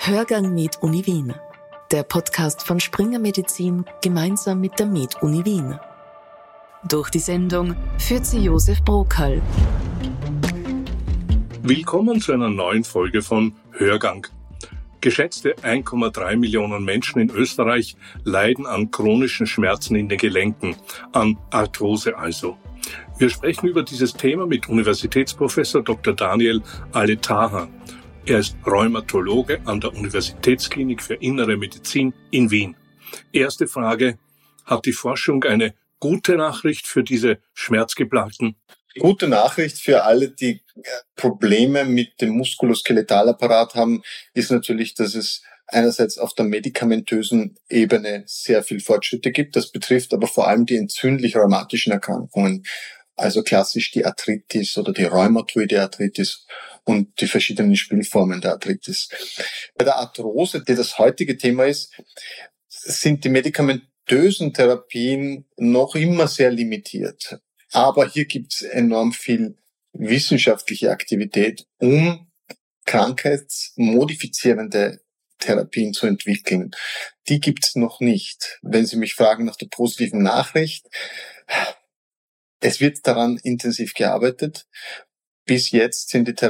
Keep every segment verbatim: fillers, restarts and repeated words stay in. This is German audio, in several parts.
Hörgang Med Uni Wien, der Podcast von Springer Medizin gemeinsam mit der Med Uni Wien. Durch die Sendung führt sie Josef Brockal. Willkommen zu einer neuen Folge von Hörgang. Geschätzte eins Komma drei Millionen Menschen in Österreich leiden an chronischen Schmerzen in den Gelenken, an Arthrose also. Wir sprechen über dieses Thema mit Universitätsprofessor Doktor Daniel Aletaha. Er ist Rheumatologe an der Universitätsklinik für Innere Medizin in Wien. Erste Frage: Hat die Forschung eine gute Nachricht für diese Schmerzgeplagten? Gute Nachricht für alle, die Probleme mit dem Muskuloskeletalapparat haben, ist natürlich, dass es einerseits auf der medikamentösen Ebene sehr viel Fortschritte gibt. Das betrifft aber vor allem die entzündlich-rheumatischen Erkrankungen, also klassisch die Arthritis oder die rheumatoide Arthritis und die verschiedenen Spielformen der Arthritis. Bei der Arthrose, die das heutige Thema ist, sind die medikamentösen Therapien noch immer sehr limitiert. Aber hier gibt es enorm viel wissenschaftliche Aktivität, um krankheitsmodifizierende Therapien zu entwickeln. Die gibt es noch nicht. Wenn Sie mich fragen nach der positiven Nachricht, es wird daran intensiv gearbeitet. Bis jetzt sind die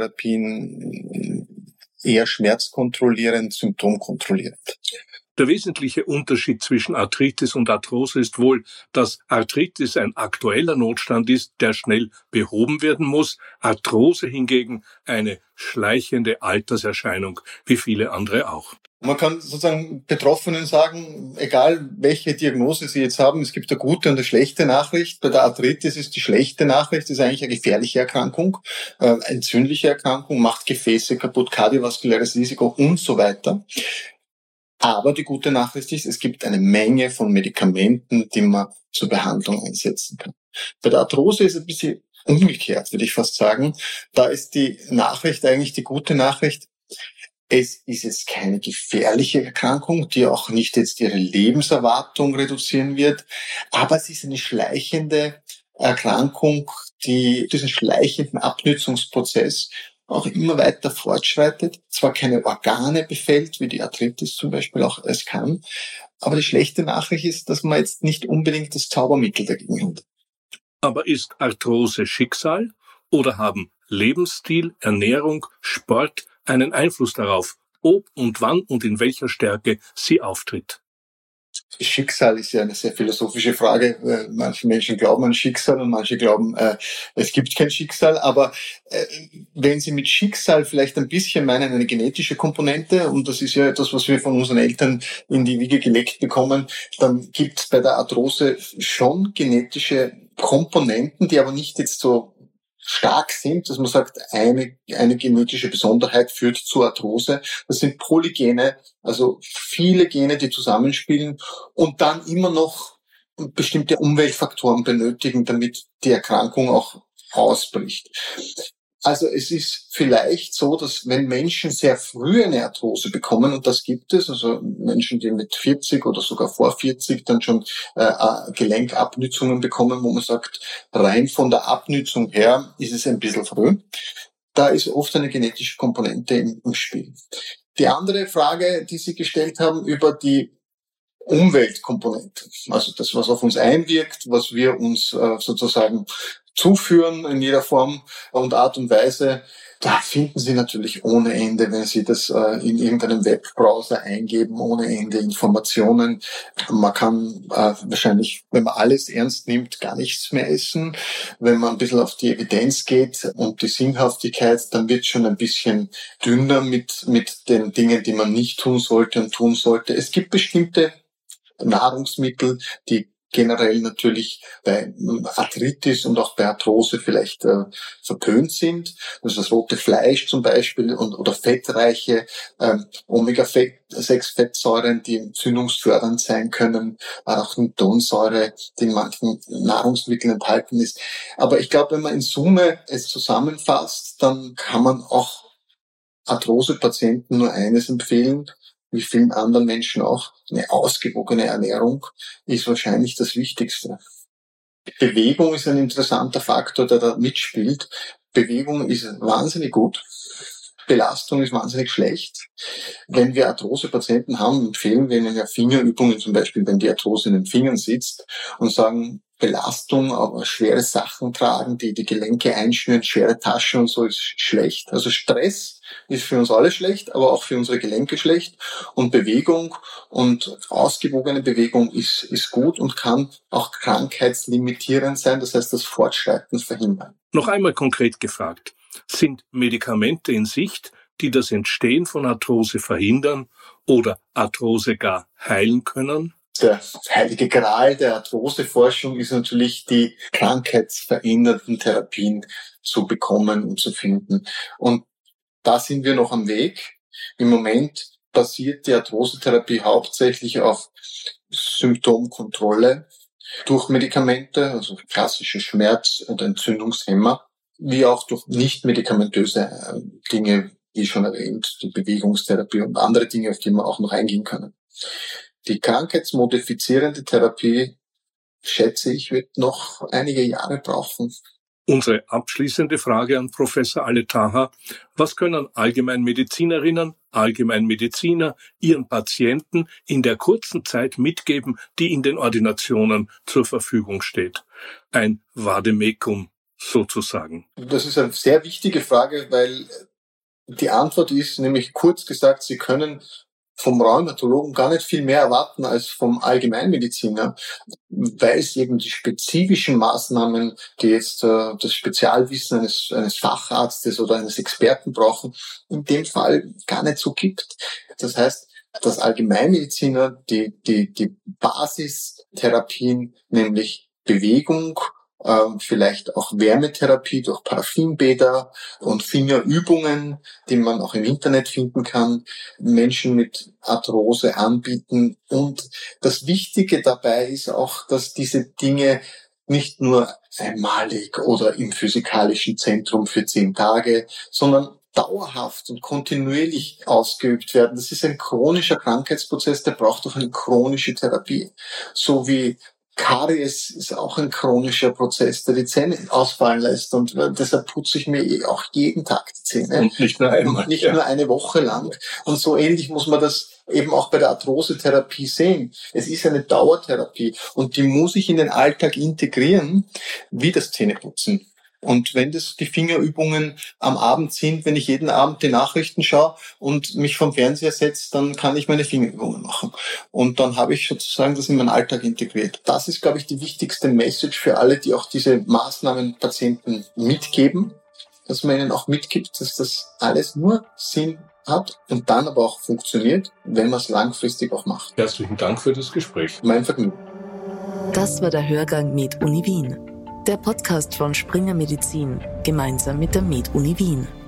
Therapien eher schmerzkontrollierend, symptomkontrollierend. Der wesentliche Unterschied zwischen Arthritis und Arthrose ist wohl, dass Arthritis ein aktueller Notstand ist, der schnell behoben werden muss, Arthrose hingegen eine schleichende Alterserscheinung, wie viele andere auch. Man kann sozusagen Betroffenen sagen, egal welche Diagnose sie jetzt haben, es gibt eine gute und eine schlechte Nachricht. Bei der Arthritis ist die schlechte Nachricht, ist eigentlich eine gefährliche Erkrankung, äh, entzündliche Erkrankung, macht Gefäße kaputt, kardiovaskuläres Risiko und so weiter. Aber die gute Nachricht ist, es gibt eine Menge von Medikamenten, die man zur Behandlung einsetzen kann. Bei der Arthrose ist es ein bisschen umgekehrt, würde ich fast sagen. Da ist die Nachricht eigentlich die gute Nachricht. Es ist jetzt keine gefährliche Erkrankung, die auch nicht jetzt ihre Lebenserwartung reduzieren wird, aber es ist eine schleichende Erkrankung, die diesen schleichenden Abnützungsprozess auch immer weiter fortschreitet, zwar keine Organe befällt, wie die Arthritis zum Beispiel auch es kann, aber die schlechte Nachricht ist, dass man jetzt nicht unbedingt das Zaubermittel dagegen hat. Aber ist Arthrose Schicksal oder haben Lebensstil, Ernährung, Sport einen Einfluss darauf, ob und wann und in welcher Stärke sie auftritt? Schicksal ist ja eine sehr philosophische Frage. Manche Menschen glauben an Schicksal und manche glauben, äh, es gibt kein Schicksal. Aber äh, wenn Sie mit Schicksal vielleicht ein bisschen meinen, eine genetische Komponente, und das ist ja etwas, was wir von unseren Eltern in die Wiege gelegt bekommen, dann gibt es bei der Arthrose schon genetische Komponenten, die aber nicht jetzt so stark sind, dass man sagt, eine, eine genetische Besonderheit führt zur Arthrose. Das sind Polygene, also viele Gene, die zusammenspielen und dann immer noch bestimmte Umweltfaktoren benötigen, damit die Erkrankung auch ausbricht. Also es ist vielleicht so, dass wenn Menschen sehr früh eine Arthrose bekommen, und das gibt es, also Menschen, die mit vierzig oder sogar vor vierzig dann schon äh, Gelenkabnützungen bekommen, wo man sagt, rein von der Abnützung her ist es ein bisschen früh. Da ist oft eine genetische Komponente im, im Spiel. Die andere Frage, die Sie gestellt haben über die Umweltkomponente, also das, was auf uns einwirkt, was wir uns äh, sozusagen zuführen in jeder Form und Art und Weise, da finden Sie natürlich ohne Ende, wenn Sie das äh, in irgendeinem Webbrowser eingeben, ohne Ende Informationen. Man kann äh, wahrscheinlich, wenn man alles ernst nimmt, gar nichts mehr essen. Wenn man ein bisschen auf die Evidenz geht und die Sinnhaftigkeit, dann wird es schon ein bisschen dünner mit, mit den Dingen, die man nicht tun sollte und tun sollte. Es gibt bestimmte Nahrungsmittel, die generell natürlich bei Arthritis und auch bei Arthrose vielleicht äh, verpönt sind. Also das rote Fleisch zum Beispiel und, oder fettreiche äh, Omega sechs Fettsäuren, die entzündungsfördernd sein können, Arachidonsäure, die in manchen Nahrungsmitteln enthalten ist. Aber ich glaube, wenn man in Summe es zusammenfasst, dann kann man auch Arthrose-Patienten nur eines empfehlen, wie vielen anderen Menschen auch. Eine ausgewogene Ernährung ist wahrscheinlich das Wichtigste. Bewegung ist ein interessanter Faktor, der da mitspielt. Bewegung ist wahnsinnig gut. Belastung ist wahnsinnig schlecht. Wenn wir Arthrose-Patienten haben, empfehlen wir ihnen ja Fingerübungen, zum Beispiel, wenn die Arthrose in den Fingern sitzt, und sagen, Belastung, aber schwere Sachen tragen, die die Gelenke einschnüren, schwere Taschen und so ist schlecht. Also Stress ist für uns alle schlecht, aber auch für unsere Gelenke schlecht. Und Bewegung und ausgewogene Bewegung ist, ist gut und kann auch krankheitslimitierend sein, das heißt das Fortschreiten verhindern. Noch einmal konkret gefragt, sind Medikamente in Sicht, die das Entstehen von Arthrose verhindern oder Arthrose gar heilen können? Der heilige Gral der Arthroseforschung ist natürlich, die krankheitsverändernden Therapien zu bekommen und zu finden. Und da sind wir noch am Weg. Im Moment basiert die Arthrosetherapie hauptsächlich auf Symptomkontrolle durch Medikamente, also klassische Schmerz- und Entzündungshemmer, wie auch durch nicht-medikamentöse Dinge, wie schon erwähnt, die Bewegungstherapie und andere Dinge, auf die wir auch noch eingehen können. Die krankheitsmodifizierende Therapie, schätze ich, wird noch einige Jahre brauchen. Unsere abschließende Frage an Professor Aletaha: Was können Allgemeinmedizinerinnen, Allgemeinmediziner ihren Patienten in der kurzen Zeit mitgeben, die in den Ordinationen zur Verfügung steht? Ein Vademecum sozusagen. Das ist eine sehr wichtige Frage, weil die Antwort ist nämlich kurz gesagt, Sie können vom Rheumatologen gar nicht viel mehr erwarten als vom Allgemeinmediziner, weil es eben die spezifischen Maßnahmen, die jetzt äh, das Spezialwissen eines, eines Facharztes oder eines Experten brauchen, in dem Fall gar nicht so gibt. Das heißt, dass Allgemeinmediziner die, die, die Basistherapien, nämlich Bewegung, vielleicht auch Wärmetherapie durch Paraffinbäder und Fingerübungen, die man auch im Internet finden kann, Menschen mit Arthrose anbieten. Und das Wichtige dabei ist auch, dass diese Dinge nicht nur einmalig oder im physikalischen Zentrum für zehn Tage, sondern dauerhaft und kontinuierlich ausgeübt werden. Das ist ein chronischer Krankheitsprozess, der braucht auch eine chronische Therapie. So wie Karies ist auch ein chronischer Prozess, der die Zähne ausfallen lässt, und deshalb putze ich mir auch jeden Tag die Zähne. Und nicht nur einmal. Und nicht ja. nur eine Woche lang. Und so ähnlich muss man das eben auch bei der Arthrosetherapie sehen. Es ist eine Dauertherapie und die muss ich in den Alltag integrieren, wie das Zähneputzen. Und wenn das die Fingerübungen am Abend sind, wenn ich jeden Abend die Nachrichten schaue und mich vom Fernseher setze, dann kann ich meine Fingerübungen machen. Und dann habe ich sozusagen das in meinen Alltag integriert. Das ist, glaube ich, die wichtigste Message für alle, die auch diese Maßnahmen Patienten mitgeben, dass man ihnen auch mitgibt, dass das alles nur Sinn hat und dann aber auch funktioniert, wenn man es langfristig auch macht. Herzlichen Dank für das Gespräch. Mein Vergnügen. Das war der Hörgang Med Uni Wien. Der Podcast von Springer Medizin, gemeinsam mit der Med Uni Wien.